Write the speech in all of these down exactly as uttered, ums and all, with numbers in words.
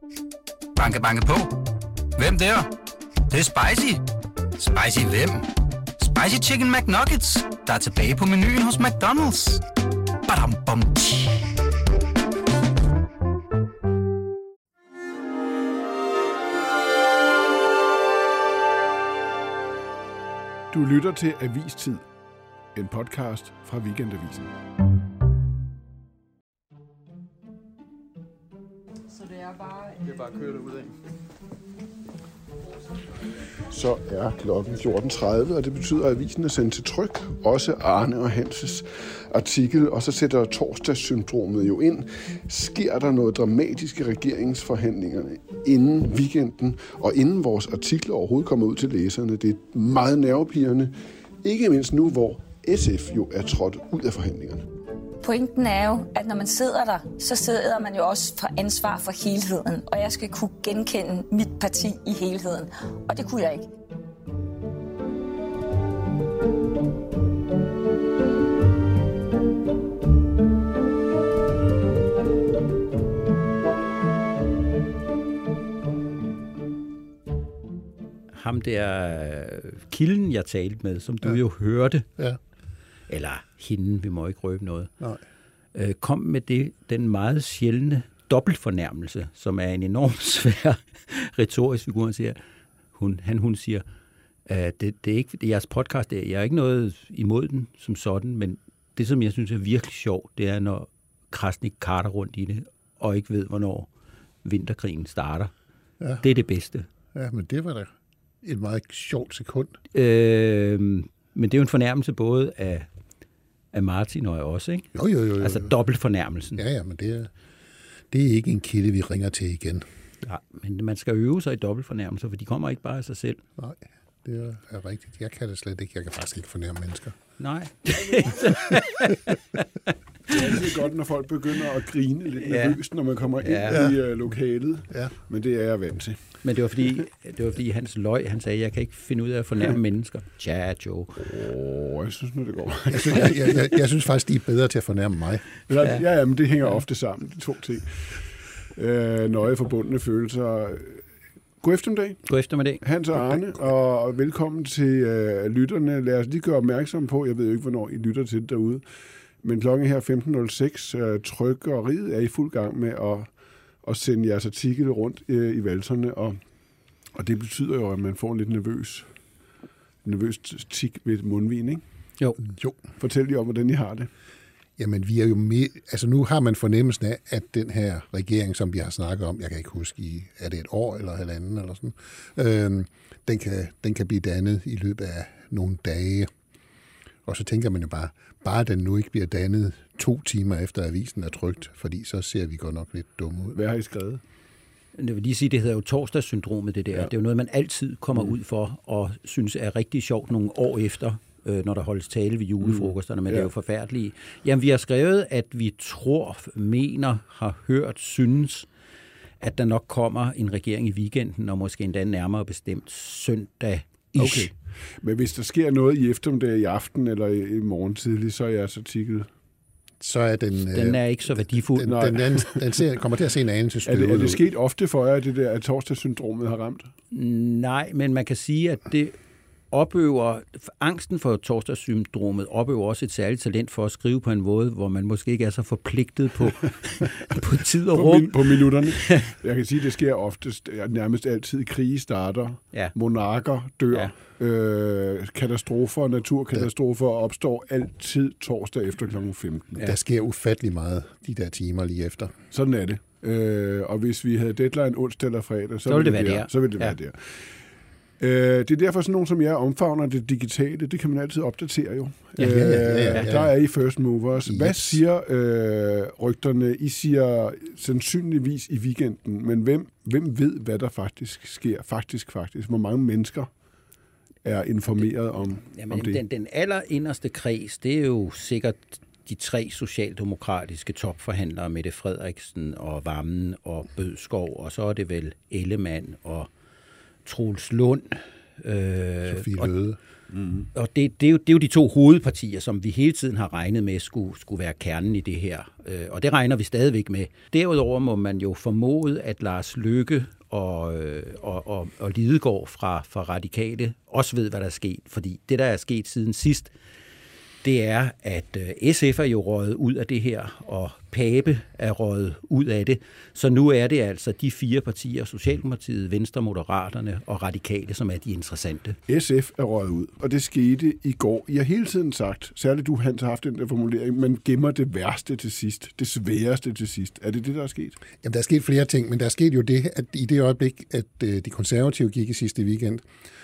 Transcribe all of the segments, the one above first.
Banke, banke på. Hvem der? Det, det er spicy. Spicy hvem? Spicy Chicken McNuggets, der er tilbage på menuen hos McDonald's. Badum, bom, tji. Du lytter til Avistid, en podcast fra Weekendavisen. Så det er bare... Det er bare at køre det ud af. Så er klokken fjorten tredive, og det betyder, at avisen er sendt til tryk. Også Arne og Hanses artikel, og så sætter torsdagssyndromet jo ind. Sker der noget dramatisk i regeringsforhandlingerne inden weekenden, og inden vores artikler overhovedet kommer ud til læserne? Det er meget nervepirrende, ikke mindst nu, hvor S F jo er trådt ud af forhandlingerne. Pointen er jo, at når man sidder der, så sidder man jo også for ansvar for helheden. Og jeg skal kunne genkende mit parti i helheden. Og det kunne jeg ikke. Ham der kilden, jeg talte med, som du ja. jo hørte, ja. eller hende, vi må ikke røbe noget, Nej. Øh, kom med det, den meget sjældne dobbeltfornærmelse, som er en enormt svær retorisk figur. Han siger, hun, han, hun siger, at det, det er ikke, det er jeres podcast, det er, jeg er ikke noget imod den som sådan, men det, som jeg synes er virkelig sjovt, det er, når Krasnik karter rundt i det, og ikke ved, hvornår vinterkrigen starter. Ja. Det er det bedste. Ja, men det var da et meget sjovt sekund. Øh, men det er jo en fornærmelse både af af Martin og jeg også, ikke? Jo, jo, jo. jo. Altså dobbelt fornærmelsen. Ja, ja, men det er, det er ikke en kilde, vi ringer til igen. Ja, men man skal øve sig i dobbelt fornærmelser, for de kommer ikke bare af sig selv. Nej, det er rigtigt. Jeg kan det slet ikke. Jeg kan faktisk ikke fornærme mennesker. Nej. Det er altid godt, når folk begynder at grine lidt ja. nervøst, når man kommer ind ja. i uh, lokalet. Ja. Men det er jeg vant til. Men det var fordi, det var fordi hans løg, han sagde, jeg kan ikke finde ud af at fornærme mennesker. Tja, Joe. Åh, jeg synes nu, det går. jeg, synes, jeg, jeg, jeg, jeg synes faktisk, de er bedre til at fornærme mig. Ja, ja, ja men det hænger ofte sammen, de to ting. Øh, nøje forbundne følelser. God eftermiddag. God eftermiddag. Hans og Arne, og velkommen til øh, lytterne. Lad os lige gøre opmærksom på, jeg ved jo ikke, hvornår I lytter til det derude, men klokken her femten nul seks, øh, trykkeriet er i fuld gang med at, at sende jeres artikel rundt øh, i valserne, og, og det betyder jo, at man får en lidt nervøs, nervøs tik ved mundvin, ikke? Jo. jo. Fortæl lige om, hvordan I har det. Jamen, vi er jo med, altså nu har man fornemmelsen af, at den her regering, som vi har snakket om, jeg kan ikke huske, i, er det et år eller halvanden eller sådan, øh, den, kan, den kan blive dannet i løbet af nogle dage. Og så tænker man jo bare, bare den nu ikke bliver dannet to timer efter avisen er trykt, fordi så ser vi godt nok lidt dumme ud. Hvad har I skrevet? Jeg vil lige sige, det hedder jo torsdagssyndromet, det der. Ja. Det er jo noget, man altid kommer mm. ud for og synes er rigtig sjovt nogle år efter, når der holdes tale ved julefrokosterne, men ja. det er jo forfærdeligt. Jamen, vi har skrevet, at vi tror, mener, har hørt, synes, at der nok kommer en regering i weekenden, og måske endda nærmere bestemt søndag. Okay. Men hvis der sker noget i eftermiddag, i aften eller i morgen tidlig, så er jeres artikel... Så er den... Den er ikke så værdifuld. Den, den, den, den ser, kommer til at se en anelse støvet ud. Er det, er det sket ofte for jer, det der, at torsdagssyndromet har ramt? Nej, men man kan sige, at det opøver... Angsten for torsdagssyndromet opøver også et særligt talent for at skrive på en måde, hvor man måske ikke er så forpligtet på, på tid og på rum. Min, på minutterne. Jeg kan sige, at det sker oftest, nærmest altid. Krige starter, ja. monarker dør, ja. øh, katastrofer, naturkatastrofer opstår altid torsdag efter klokken femten. Ja. Der sker ufattelig meget de der timer lige efter. Sådan er det. Øh, og hvis vi havde deadline onsdag eller fredag, så, så ville det, det være der. Så ville det ja. være der. Det er derfor sådan nogen som jeg omfavner det digitale. Det kan man altid opdatere jo. Ja, ja, ja, ja, ja. Der er I first movers. Yes. Hvad siger øh, rygterne? I siger sandsynligvis i weekenden, men hvem, hvem ved, hvad der faktisk sker? Faktisk, faktisk. Hvor mange mennesker er informeret om, Jamen, om det? Den, den allerinderste kreds, det er jo sikkert de tre socialdemokratiske topforhandlere, Mette Frederiksen og Wammen og Bødskov, og så er det vel Ellemann og Troels Lund. Øh, Sofie Løde. Mm-hmm. Og det, det, er jo, det er jo de to hovedpartier, som vi hele tiden har regnet med skulle, skulle være kernen i det her. Og det regner vi stadigvæk med. Derudover må man jo formode, at Lars Løkke og, og, og, og Lidegaard fra, fra Radikale også ved, hvad der er sket. Fordi det, der er sket siden sidst, det er, at S F er jo røget ud af det her, og Pape er røget ud af det. Så nu er det altså de fire partier, Socialdemokratiet, Venstre, Moderaterne og Radikale, som er de interessante. S F er røget ud, og det skete i går. I har hele tiden sagt, særligt du, Hans, har haft den der formulering, man gemmer det værste til sidst, det sværeste til sidst. Er det det, der er sket? Jamen, der er sket flere ting, men der er sket jo det, at i det øjeblik, at de konservative gik i sidste weekend,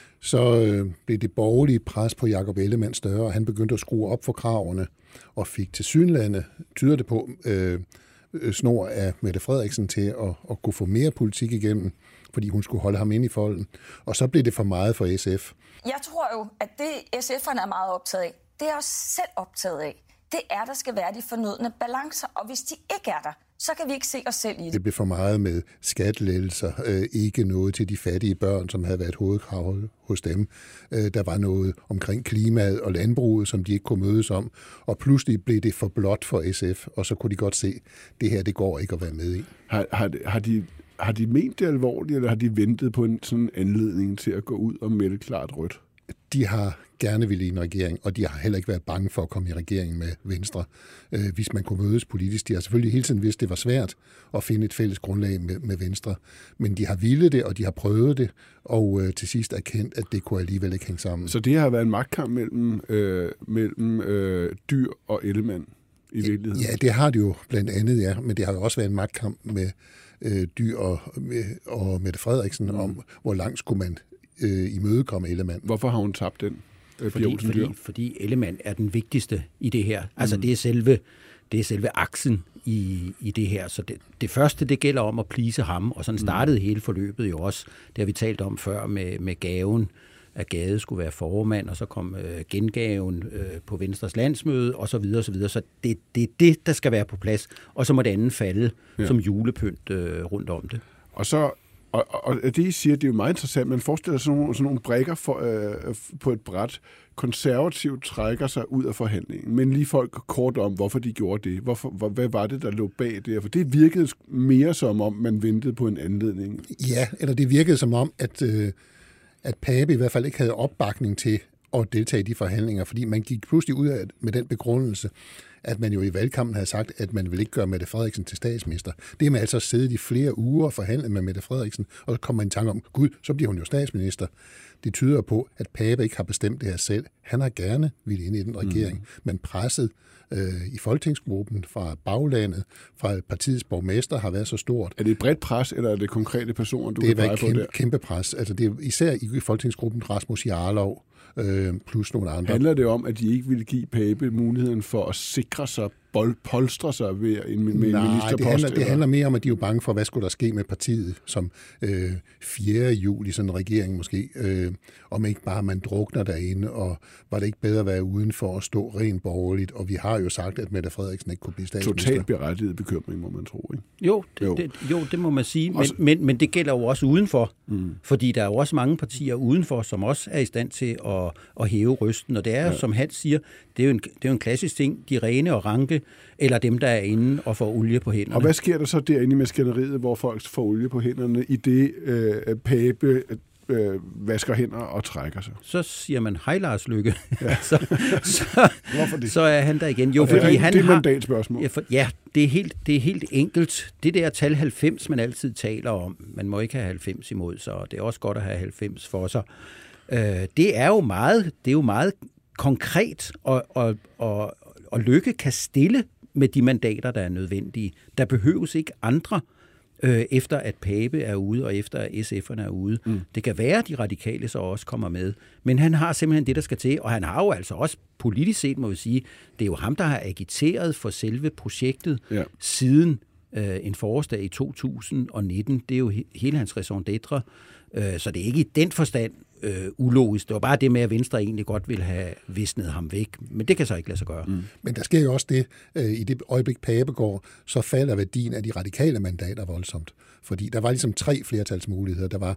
så øh, blev det borgerlige pres på Jakob Ellemann større, og han begyndte at skrue op for kravene, og fik til synlande, tyder det på, øh, snor af Mette Frederiksen til at, at kunne få mere politik igennem, fordi hun skulle holde ham inde i folden. Og så blev det for meget for S F. Jeg tror jo, at det S F'erne er meget optaget af, det er jeg også selv optaget af. Det er, der skal være de fornødne balancer, og hvis de ikke er der, så kan vi ikke se os selv i det. Det blev for meget med skattelettelser, øh, ikke noget til de fattige børn, som havde været hovedkrav hos dem. Øh, der var noget omkring klimaet og landbruget, som de ikke kunne mødes om, og pludselig blev det for blot for S F, og så kunne de godt se, at det her, det går ikke at være med i. Har, har, har, de, har de ment det alvorligt, eller har de ventet på en sådan anledning til at gå ud og melde klart rødt? De har gerne ville i en regering, og de har heller ikke været bange for at komme i regering med Venstre, øh, hvis man kunne mødes politisk. De har selvfølgelig hele tiden vidst, det var svært at finde et fælles grundlag med, med Venstre, men de har villet det, og de har prøvet det, og øh, til sidst erkendt, at det kunne alligevel ikke hænge sammen. Så det har været en magtkamp mellem, øh, mellem øh, Dyr og Ellemann i virkeligheden? Ja, det har det jo blandt andet, ja, men det har jo også været en magtkamp med øh, Dyr og, med, og Mette Frederiksen mm. om, hvor langt skulle man øh, imødekomme Ellemann. Hvorfor har hun tabt den? Fordi, fordi, fordi Ellemann er den vigtigste i det her. Altså mm. det er selve, det er selve aksen i, i det her. Så det, det første, det gælder om at please ham, og sådan startede mm. hele forløbet jo også. Det har vi talt om før med, med gaven, at Gade skulle være formand, og så kom øh, gengaven øh, på Venstres landsmøde, og så videre, og så videre. Så det, det er det, der skal være på plads. Og så må det andet falde ja. som julepynt øh, rundt om det. Og så Og, og det, I siger, det er jo meget interessant. Man forestiller sig sådan nogle, sådan nogle brækker for, øh, på et bræt. Konservativt trækker sig ud af forhandlingen, men lige folk kort om, hvorfor de gjorde det. Hvorfor, hvor, hvad var det, der lå bag det? For det virkede mere som om, man ventede på en anledning. Ja, eller det virkede som om, at, øh, at Pape i hvert fald ikke havde opbakning til at deltage i de forhandlinger, fordi man gik pludselig ud af med den begrundelse, at man jo i valgkampen havde sagt, at man ville ikke gøre Mette Frederiksen til statsminister. Det har man altså siddet i flere uger og forhandlet med Mette Frederiksen, og så kommer man i tanke om, gud, så bliver hun jo statsminister. Det tyder på, at Pape ikke har bestemt det her selv. Han har gerne ville ind i den regering, mm. men presset øh, i folketingsgruppen fra baglandet, fra partiets borgmester har været så stort. Er det et bredt pres, eller er det konkrete personer, du det kan pege på der? Det er et kæmpe pres. Altså, det er især i folketingsgruppen Rasmus Jarlov, Øh, plus nogle andre. Handler det om, at de ikke ville give Pape muligheden for at sikre sig, bold, polstre sig ved en, med en Nej, ministerpost? det handler, det handler mere om, at de er jo bange for, hvad skulle der ske med partiet som øh, fjerde juli, sådan en regering måske, øh, om ikke bare man drukner derinde, og var det ikke bedre at være udenfor at stå rent borgerligt, og vi har jo sagt, at Mette Frederiksen ikke kunne blive statsminister. Totalt berettiget bekymring, må man tro, ikke? Jo, det, jo. Det, jo, det må man sige, men, men, men det gælder jo også udenfor, mm. fordi der er jo også mange partier udenfor, som også er i stand til at, at hæve røsten, og det er, ja. som Hans siger, det er, jo en, det er jo en klassisk ting, de rene og ranke, eller dem, der er inde og får olie på hænderne. Og hvad sker der så derinde i maskineriet, hvor folk får olie på hænderne, i det øh, Pape øh, vasker hænder og trækker sig? Så siger man, hej Lars Løkke. Ja. så, så, Hvorfor det? Så er han der igen. Jo, fordi fordi han han det er har, mandatspørgsmål. Ja, for, ja det, er helt, det er helt enkelt. Det der tal halvfems, man altid taler om, man må ikke have halvfems imod sig, og det er også godt at have halvfems for sig. Øh, det er jo meget, det er jo meget konkret, og, og, og, og Løkke kan stille med de mandater, der er nødvendige. Der behøves ikke andre, øh, efter at Pape er ude, og efter at S F'erne er ude. Mm. Det kan være, at de radikale så også kommer med. Men han har simpelthen det, der skal til, og han har jo altså også politisk set, må vi sige, det er jo ham, der har agiteret for selve projektet ja. siden øh, en forårsdag i to tusind nitten. Det er jo he- hele hans raison d'être. Øh, så det er ikke i den forstand øh, ulogisk. Det var bare det med, at Venstre egentlig godt ville have visnet ham væk. Men det kan så ikke lade sig gøre. Mm. Men der sker jo også det, øh, i det øjeblik Pape går, så falder værdien af de radikale mandater voldsomt. Fordi der var ligesom tre flertalsmuligheder. Der var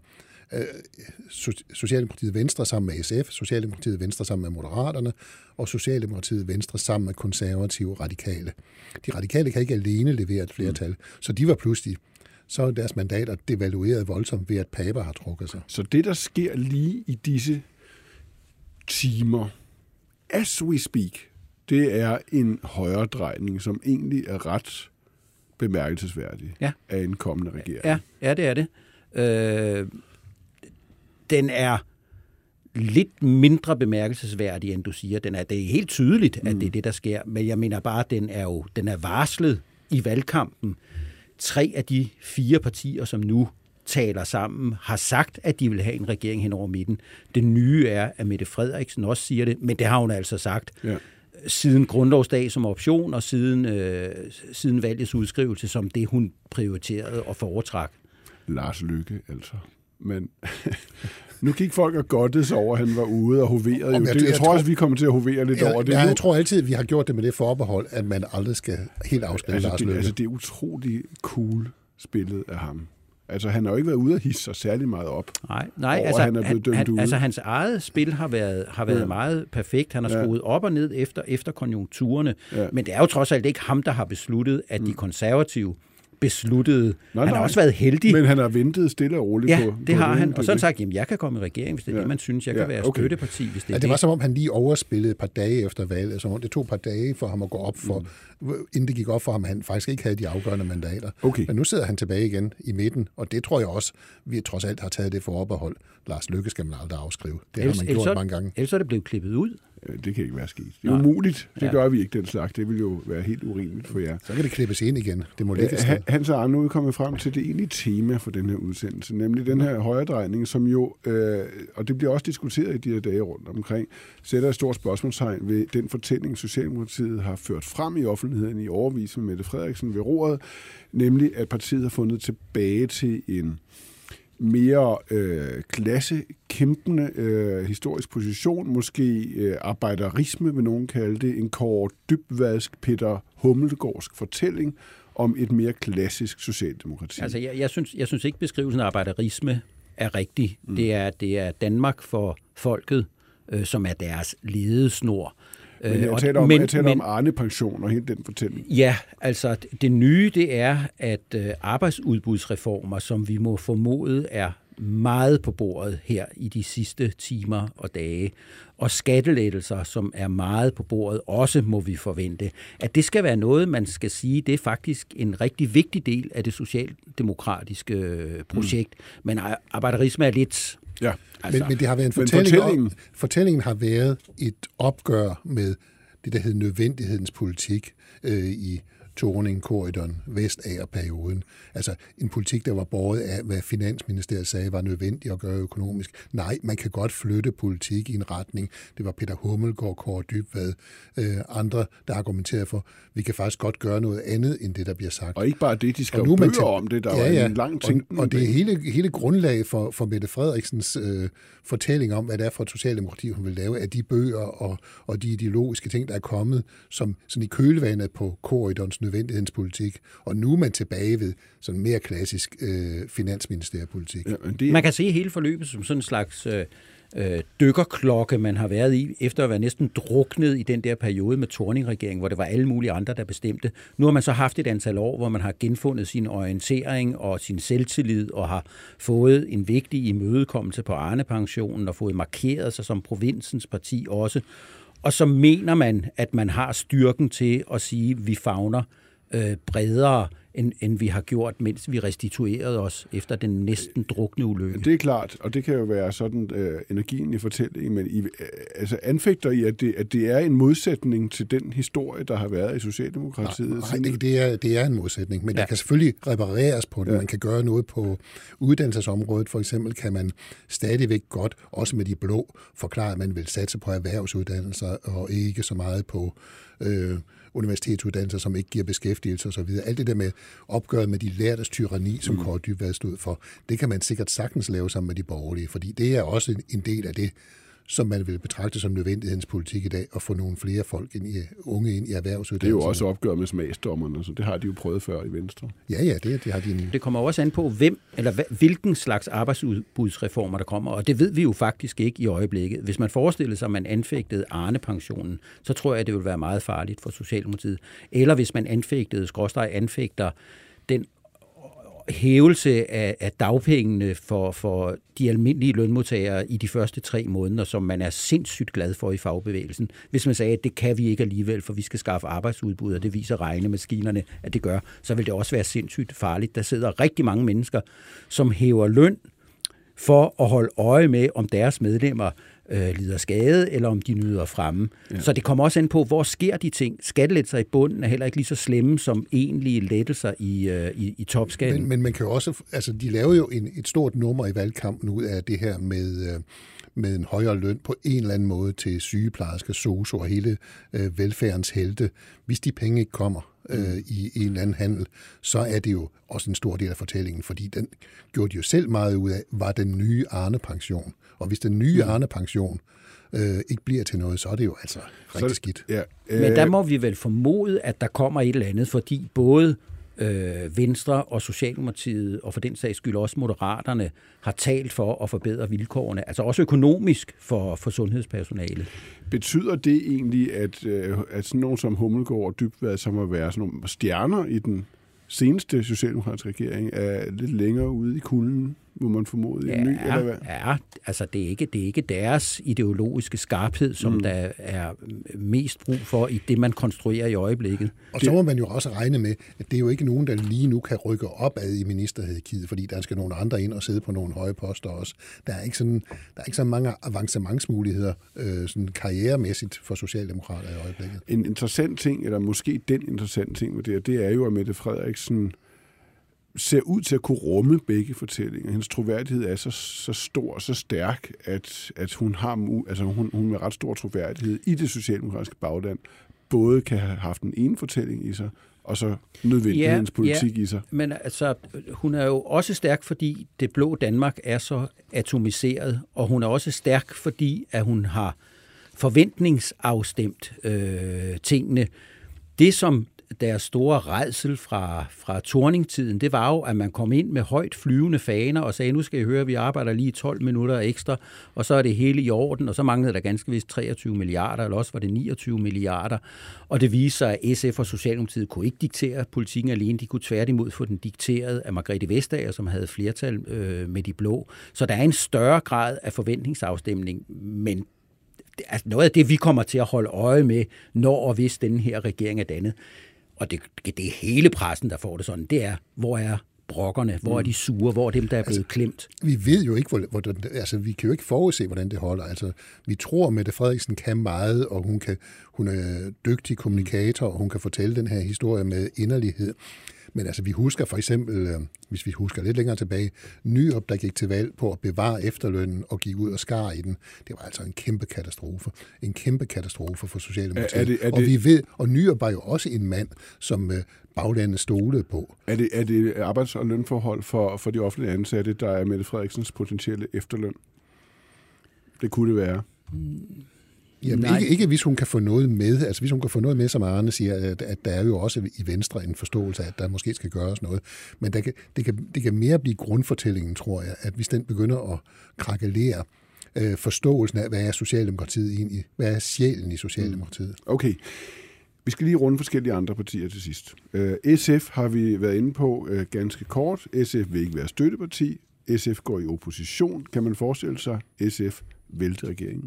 Socialdemokratiet Venstre sammen med S F, Socialdemokratiet Venstre sammen med Moderaterne, og Socialdemokratiet Venstre sammen med konservative radikale. De radikale kan ikke alene levere et flertal, mm. så de var pludselig, så er deres mandater devalueret voldsomt ved, at Pape har trukket sig. Så det, der sker lige i disse timer, as we speak, det er en højredrejning, som egentlig er ret bemærkelsesværdig ja. af en kommende regering. Ja, ja det er det. Øh, den er lidt mindre bemærkelsesværdig, end du siger. Den er, det er helt tydeligt, at mm. det er det, der sker. Men jeg mener bare, at den er jo den er varslet i valgkampen. Tre af de fire partier, som nu taler sammen, har sagt, at de vil have en regering hen over midten. Det nye er, at Mette Frederiksen også siger det, men det har hun altså sagt ja. siden grundlovsdag som option, og siden, øh, siden valgets udskrivelse som det, hun prioriterede og foretrak. Lars Løkke, altså. Men nu gik folk og godtede sig over, at han var ude og hoverede. Jeg, jeg, jeg tror også, vi kommer til at hovere lidt ja, over det. Ja, nu. Jeg tror altid, at vi har gjort det med det forbehold, at man aldrig skal helt afskrive altså, Lars det, Løkke. Altså, det er utroligt cool spillet af ham. Altså, han har jo ikke været ude at hisse sig særlig meget op. Nej, nej over, altså, han er blevet dømt han, ude. altså, hans eget spil har været, har været ja. meget perfekt. Han har skruet ja. op og ned efter, efter konjunkturerne. Ja. Men det er jo trods alt ikke ham, der har besluttet, at mm. de konservative besluttede. Nej, han nej. har også været heldig. Men han har ventet stille og roligt ja, på... det på har det, han. Og så har han sagt, jamen jeg kan komme i regering, hvis det er ja. det, man synes. Jeg kan ja, være okay. støtteparti, hvis det er ja, det. det var som om, han lige overspillede et par dage efter valget. Så det tog et par dage for ham at gå op for... Mm. Inden det gik op for ham, han faktisk ikke havde de afgørende mandater. Okay. Men nu sidder han tilbage igen i midten, og det tror jeg også, vi trods alt har taget det forbehold. Lars Løkke skal man aldrig afskrive. Det ellers, har man gjort så, mange gange. Ellers er det blevet klippet ud. Det kan ikke være sket. Det er umuligt. Det ja. gør vi ikke, den slags. Det vil jo være helt urimeligt for jer. Så kan det klippes ind igen. Det må ligge ja, Hans og Arne, nu er vi kommet frem til det egentlige tema for den her udsendelse, nemlig den her højredrejning, som jo, øh, og det bliver også diskuteret i de her dage rundt omkring, sætter et stort spørgsmålstegn ved den fortælling, Socialdemokratiet har ført frem i offentligheden i overvis med Mette Frederiksen ved roret, nemlig at partiet har fundet tilbage til en mere øh, klassekæmpende øh, historisk position, måske øh, arbejderisme, vil nogen kalde det, en Kåre Dybvadsk, Peter Hummelgaardsk fortælling om et mere klassisk socialdemokrati. Altså, jeg, jeg, synes, jeg synes ikke, beskrivelsen af arbejderisme er rigtig. Mm. Det, er, det er Danmark for folket, øh, som er deres ledesnor. Men jeg taler om, men, jeg taler men, om Arne-pension og hele den fortælling. Ja, altså det nye det er, at øh, arbejdsudbudsreformer, som vi må formode er meget på bordet her i de sidste timer og dage, og skattelettelser, som er meget på bordet, også må vi forvente, at det skal være noget, man skal sige, det er faktisk en rigtig vigtig del af det socialdemokratiske projekt. Mm. Men arbejderisme er lidt... Ja. Altså, men, men det har været en fortælling. Fortællingen... fortællingen har været et opgør med det, der hed nødvendighedens politik øh, i Thorning-korridoren, Vestager-perioden. Altså en politik, der var båret af, hvad Finansministeriet sagde var nødvendigt at gøre økonomisk. Nej, man kan godt flytte politik i en retning. Det var Peter Hummelgaard, Kåre Dybvad, øh, andre, der argumenterede for, vi kan faktisk godt gøre noget andet, end det, der bliver sagt. Og ikke bare det, de skrev bøger til... om det, der ja, ja. var en lang ting. Og, og det er hele, hele grundlag for, for Mette Frederiksens øh, fortælling om, hvad det er for et socialdemokrati, hun vil lave af de bøger og, og de ideologiske ting, der er kommet, som sådan i kølvandet på korridorens nødvendighedspolitik, og nu er man tilbage ved sådan mere klassisk øh, finansministeriepolitik. Ja, det... Man kan se hele forløbet som sådan en slags øh, øh, dykkerklokke, man har været i, efter at være næsten druknet i den der periode med Thorning-regeringen, hvor det var alle mulige andre, der bestemte. Nu har man så haft et antal år, hvor man har genfundet sin orientering og sin selvtillid, og har fået en vigtig imødekommelse på Arne-pensionen, og fået markeret sig som provinsens parti også. Og så mener man, at man har styrken til at sige, at vi favner øh, bredere, end, end vi har gjort, mens vi restituerede os efter den næsten drukne ulykke. Det er klart, og det kan jo være sådan øh, energien i fortællingen, men I, øh, altså anfægter I, at det, at det er en modsætning til den historie, der har været i Socialdemokratiet? Nej, nej det, det, er, det er en modsætning, men ja. Der kan selvfølgelig repareres på det. Ja. Man kan gøre noget på uddannelsesområdet. For eksempel kan man stadigvæk godt, også med de blå, forklare, at man vil satse på erhvervsuddannelser og ikke så meget på... Øh, universitetsuddannelser, som ikke giver beskæftigelse osv. Alt det der med opgøret med de lærtes tyranni, som mm. Kåre Dybvad stod for, det kan man sikkert sagtens lave sammen med de borgerlige, fordi det er også en del af det, som man vil betragte som nødvendighedens politik i dag, at få nogle flere folk ind i, unge ind i erhvervsuddannelsen. Det er jo også opgør med smagsdommerne, så det har de jo prøvet før i Venstre. Ja, ja, det, det har de. Det kommer også an på, hvem eller hvilken slags arbejdsudbudsreformer der kommer, og det ved vi jo faktisk ikke i øjeblikket. Hvis man forestiller sig, at man anfægtede Arne-pensionen, så tror jeg, at det vil være meget farligt for Socialdemokratiet. Eller hvis man anfægtede, skråstreg anfægter, den hævelse af, af dagpengene for, for de almindelige lønmodtagere i de første tre måneder, som man er sindssygt glad for i fagbevægelsen. Hvis man sagde, at det kan vi ikke alligevel, for vi skal skaffe arbejdsudbud, og det viser regnemaskinerne, at det gør, så vil det også være sindssygt farligt. Der sidder rigtig mange mennesker, som hæver løn for at holde øje med, om deres medlemmer øh, lider skade, eller om de nyder fremme. Ja. Så det kommer også an på, hvor sker de ting. Skattelettelser i bunden er heller ikke lige så slemme som egentlige lettelser i, øh, i, i topskatten. Men, men man kan jo også, altså de lavede jo en, et stort nummer i valgkampen ud af det her med, øh, med en højere løn på en eller anden måde til sygeplejersker, sosu og hele øh, velfærdens helte. Hvis de penge ikke kommer øh, i, i en eller anden handel, så er det jo også en stor del af fortællingen, fordi den gjorde de jo selv meget ud af, var den nye Arne-pension. Og hvis den nye Arne-pension øh, ikke bliver til noget, så er det jo altså rigtig så, skidt. Ja, øh... Men der må vi vel formode, at der kommer et eller andet, fordi både øh, Venstre og Socialdemokratiet, og for den sags skyld også Moderaterne, har talt for at forbedre vilkårene, altså også økonomisk for, for sundhedspersonale. Betyder det egentlig, at, at sådan nogen som Hummelgaard og Dybvad, som må være sådan nogle stjerner i den seneste socialdemokratiske regering, er lidt længere ude i kulden, må man formode, ja, en ny, eller hvad? Ja, altså det er, ikke, det er ikke deres ideologiske skarphed, som mm. der er mest brug for i det, man konstruerer i øjeblikket. Og så må man jo også regne med, at det er jo ikke nogen, der lige nu kan rykke opad i ministerhierarkiet, fordi der skal nogle andre ind og sidde på nogle høje poster også. Der er ikke sådan, der er ikke så mange avancementsmuligheder øh, sådan karrieremæssigt for socialdemokrater i øjeblikket. En interessant ting, eller måske den interessante ting med det, det er jo, at Mette Frederiksen ser ud til at kunne rumme begge fortællinger. Hendes troværdighed er så, så stor og så stærk, at, at hun har altså hun, hun med ret stor troværdighed i det socialdemokratiske bagland både kan have haft en ene fortælling i sig, og så nødvendighedens ja, politik ja, i sig. Men altså, hun er jo også stærk, fordi det blå Danmark er så atomiseret, og hun er også stærk, fordi at hun har forventningsafstemt øh, tingene. Det, som deres store rædsel fra, fra Thorning-tiden, det var jo, at man kom ind med højt flyvende faner og sagde, nu skal I høre, at vi arbejder lige tolv minutter ekstra, og så er det hele i orden, og så manglede der ganske vist treogtyve milliarder, eller også var det niogtyve milliarder, og det viser sig, at S F og Socialdemokratiet kunne ikke diktere politikken alene, de kunne tværtimod få den dikteret af Margrethe Vestager, som havde flertal øh, med de blå. Så der er en større grad af forventningsafstemning, men altså noget af det, vi kommer til at holde øje med, når og hvis denne her regering er dannet, og det, det er hele pressen, der får det sådan, det er, hvor er brokkerne, hvor er de sure, hvor er dem, der er blevet altså, klemt? Vi ved jo ikke, hvordan, altså vi kan jo ikke forudse, hvordan det holder. Altså, vi tror, at Mette Frederiksen kan meget, og hun, kan, hun er dygtig kommunikator, og hun kan fortælle den her historie med inderlighed. Men altså, vi husker for eksempel, hvis vi husker lidt længere tilbage, Nyrup, der gik til valg på at bevare efterlønnen og gik ud og skar i den. Det var altså en kæmpe katastrofe. En kæmpe katastrofe for Socialdemokratiet. Er det, er det... Og vi ved, og Nyrup var jo også en mand, som baglandet stolede på. Er det, er det arbejds- og lønforhold for, for de offentlige ansatte, der er Mette Frederiksens potentielle efterløn? Det kunne det være. Mm. Jamen, ikke, ikke hvis hun kan få noget med, altså hvis hun kan få noget med, som Arne siger, at, at der er jo også i Venstre en forståelse af, at der måske skal gøres noget. Men der kan, det, kan, det kan mere blive grundfortællingen, tror jeg, at hvis den begynder at krakelere øh, forståelsen af, hvad er Socialdemokratiet egentlig, hvad er sjælen i Socialdemokratiet. Okay. Vi skal lige runde forskellige andre partier til sidst. Øh, S F har vi været inde på øh, ganske kort. S F vil ikke være støtteparti. S F går i opposition. Kan man forestille sig, S F vælte regeringen?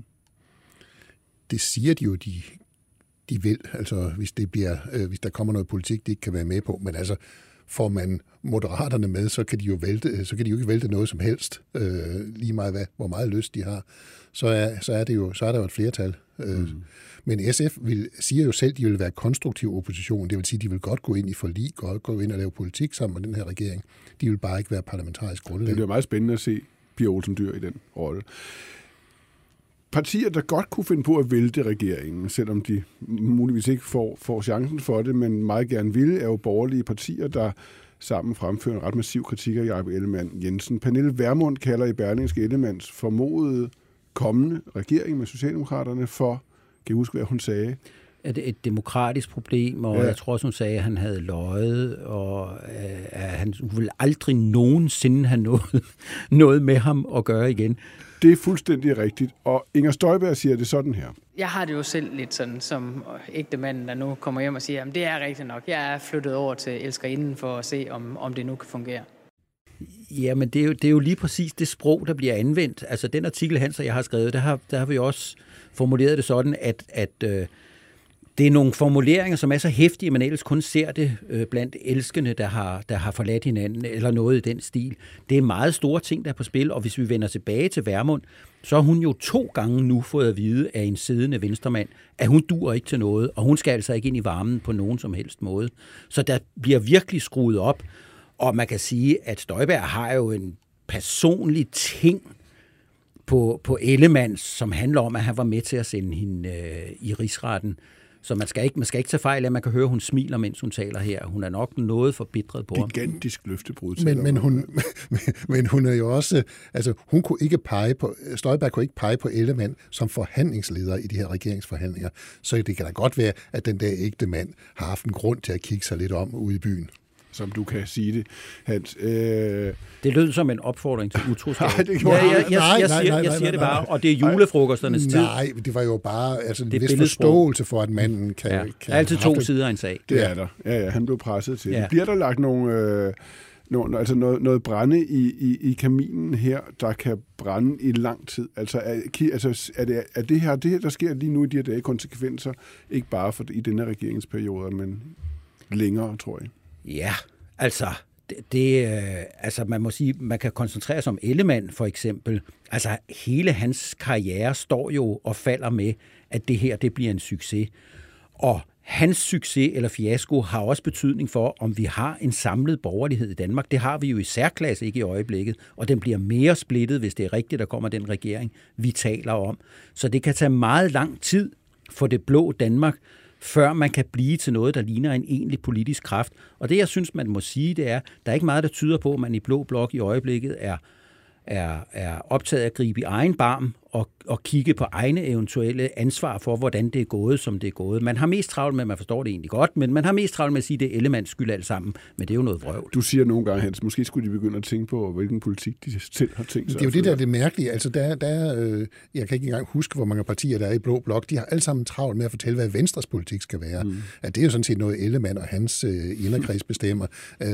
Det siger de jo, de, de vil, altså hvis, det bliver, øh, hvis der kommer noget politik, de ikke kan være med på. Men altså, får man Moderaterne med, så kan de jo vælte, så kan de jo ikke vælte noget som helst, øh, lige meget hvad, hvor meget lyst de har. Så er, så er, det jo, så er der jo et flertal. Øh. Mm. Men S F vil, siger jo selv, at de vil være konstruktiv opposition. Det vil sige, at de vil godt gå ind i forlig, godt gå ind og lave politik sammen med den her regering. De vil bare ikke være parlamentarisk grundlag. Det bliver meget spændende at se Pia Olsen Dyhr i den rolle. Partier, der godt kunne finde på at vælte regeringen, selvom de muligvis ikke får, får chancen for det, men meget gerne vil, er jo borgerlige partier, der sammen fremfører en ret massiv kritik af Jakob Ellemann Jensen. Pernille Vermund kalder i Berlingske Ellemanns formodede kommende regering med Socialdemokraterne for, kan jeg huske, hvad hun sagde? Er det et demokratisk problem, og ja. Jeg tror også, hun sagde, at han havde løjet, og øh, at han ville aldrig nogensinde have noget, noget med ham at gøre igen. Det er fuldstændig rigtigt, og Inger Støjberg siger det sådan her. Jeg har det jo selv lidt sådan, som ægtemanden, der nu kommer hjem og siger, at det er rigtigt nok. Jeg er flyttet over til elskerinden for at se, om, om det nu kan fungere. Ja, men det er, jo, det er jo lige præcis det sprog, der bliver anvendt. Altså den artikel, Hans og jeg har skrevet, der har, der har vi også formuleret det sådan, at, at øh, det er nogle formuleringer, som er så heftige, at man ellers kun ser det øh, blandt elskende, der har, der har forladt hinanden, eller noget i den stil. Det er meget store ting, der er på spil, og hvis vi vender tilbage til Vermund, så har hun jo to gange nu fået at vide af en siddende venstremand, at hun dur ikke til noget, og hun skal altså ikke ind i varmen på nogen som helst måde. Så der bliver virkelig skruet op, og man kan sige, at Støjberg har jo en personlig ting på, på Ellemann, som handler om, at han var med til at sende hende øh, i rigsretten. Så man skal ikke, man skal ikke tage fejl af, at man kan høre, at hun smiler, mens hun taler her. Hun er nok noget forbitret på ham. Gigantisk løftebrud. Men, men, hun, men hun er jo også, altså hun kunne ikke pege på, Støjberg kunne ikke pege på Ellemann som forhandlingsleder i de her regeringsforhandlinger. Så det kan da godt være, at den der ægte mand har haft en grund til at kigge sig lidt om ude i byen. Som du kan sige det, Hans. Øh... Det lød som en opfordring til utroskab. Nej, det gjorde ja, jeg, jeg, nej, jeg, nej, siger, nej, jeg siger nej, det nej, bare, og det er julefrokosternes tid. Nej, det var jo bare altså, en vis billedsprog. forståelse for, at manden kan... Ja. kan altid to det. sider af en sag. Det er der. Ja, ja, han blev presset til. Ja. Bliver der lagt nogle, øh, nogle, altså noget, noget brænde i, i, i kaminen her, der kan brænde i lang tid? Altså, er, altså, er, det, er det her, det her, der sker lige nu i de her dage, konsekvenser, ikke bare for i denne regeringsperiode, men længere, tror jeg? Ja, altså... Det, det, altså man må sige, man kan koncentrere sig om Ellemann for eksempel. Altså hele hans karriere står jo og falder med, at det her det bliver en succes. Og hans succes eller fiasko har også betydning for, om vi har en samlet borgerlighed i Danmark. Det har vi jo i særklasse ikke i øjeblikket, og den bliver mere splittet, hvis det er rigtigt, der kommer den regering, vi taler om. Så det kan tage meget lang tid for det blå Danmark, før man kan blive til noget, der ligner en egentlig politisk kraft. Og det, jeg synes, man må sige, det er, der er ikke meget, der tyder på, at man i Blå Blok i øjeblikket er, er, er optaget af at gribe i egen barm og, og kigge på egne eventuelle ansvar for, hvordan det er gået, som det er gået. Man har mest travlt med, man forstår det egentlig godt, men man har mest travlt med at sige, at det er Ellemanns skyld alt sammen, men det er jo noget vrøvl. Du siger nogle gange, Hans, måske skulle de begynde at tænke på, hvilken politik de selv har tænkt sig. Det er jo det, der er det mærkelige. Altså, der, der, øh, jeg kan ikke engang huske, hvor mange partier der er i Blå Blok. De har alle sammen travlt med at fortælle, hvad Venstres politik skal være. Mm. At det er jo sådan set noget, Ellemann og hans øh, inderkreds bestemmer.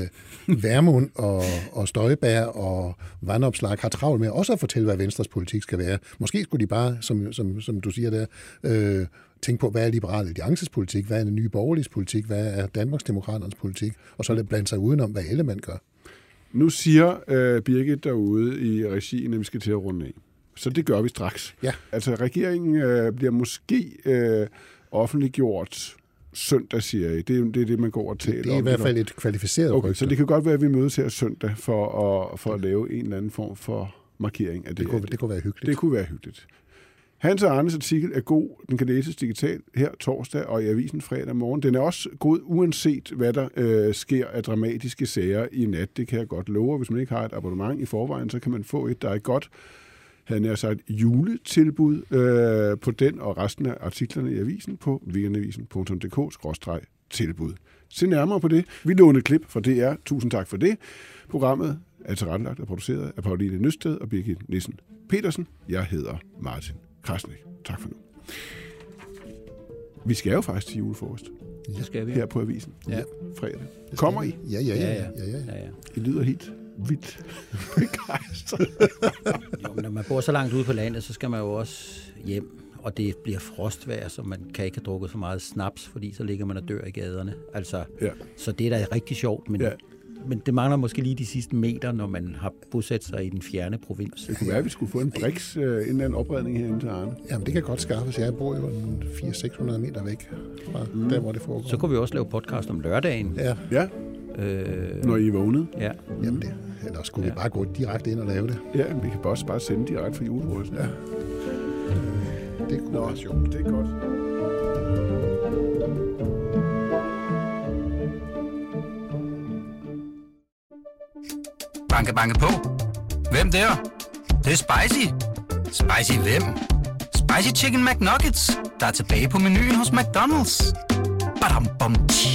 Øh, Vermund og, og Støjberg og Vandopslag har travlt med også at fortælle, hvad Venstres politik skal være. Måske skulle de bare, som, som, som du siger der, øh, tænke på, hvad er Liberal Alliances politik, hvad er den nye borgerlige politik, hvad er Danmarksdemokraternes politik, og så lade blande sig udenom, hvad Ellemann gør. Nu siger øh, Birgit derude i regien, at vi skal til at runde af. Så det gør vi straks. Ja. Altså, regeringen øh, bliver måske øh, offentliggjort søndag, siger jeg. Det er det, er det man går og taler om. Det er i hvert fald et kvalificeret okay, rygte. Så det kan godt være, at vi mødes her søndag for at, for at lave en eller anden form for markering af det. Det kunne, det kunne være hyggeligt. Det kunne være hyggeligt. Hans og Arnes artikel er god. Den kan læses digitalt her torsdag og i avisen fredag morgen. Den er også god, uanset hvad der øh, sker af dramatiske sager i nat. Det kan jeg godt love. Hvis man ikke har et abonnement i forvejen, så kan man få et, der er godt. Han har sagt juletilbud øh, på den og resten af artiklerne i avisen på weekendavisen punktum d k skråstreg tilbud. Se nærmere på det. Vi låner klip fra D R. Tusind tak for det. Programmet er tilrettelagt og produceret af Pauline Nøsted og Birgit Nissen Petersen. Jeg hedder Martin Krasnik. Tak for nu. Vi skal jo faktisk til julefrokost. Det skal vi. Her på avisen. Ja. Fredag. Kommer I? Ja, ja, ja. Ja, ja. ja. ja, ja. Ja, ja. I lyder helt vildt begejstret. Jo, men når man bor så langt ude på landet, så skal man jo også hjem, og det bliver frostvejr, så man kan ikke have drukket så meget snaps, fordi så ligger man og dør i gaderne. Altså, Ja. så det er da rigtig sjovt, men, Ja. men det mangler måske lige de sidste meter, når man har bosat sig i den fjerne provins. Det kunne være, at vi skulle få en briks, øh, en eller anden opredning herinde til Arne. Jamen, det kan godt skaffes. Jeg bor jo en fire til seks hundrede meter væk fra mm. der, hvor det foregår. Så kunne vi også lave podcast om lørdagen. Ja, Ja, Øh, når I er vågnet. ja. jamen det. Eller skulle ja. vi bare gå direkte ind og lave det? Ja, vi kan bare også bare sende direkte fra julefrokosten. Ja. Det kunne være sjovt. Det er godt. Banke, banke på. Hvem der? Det, det er spicy. Spicy hvem? Spicy Chicken McNuggets, der er tilbage på menuen hos McDonald's. Badum, bom, tji.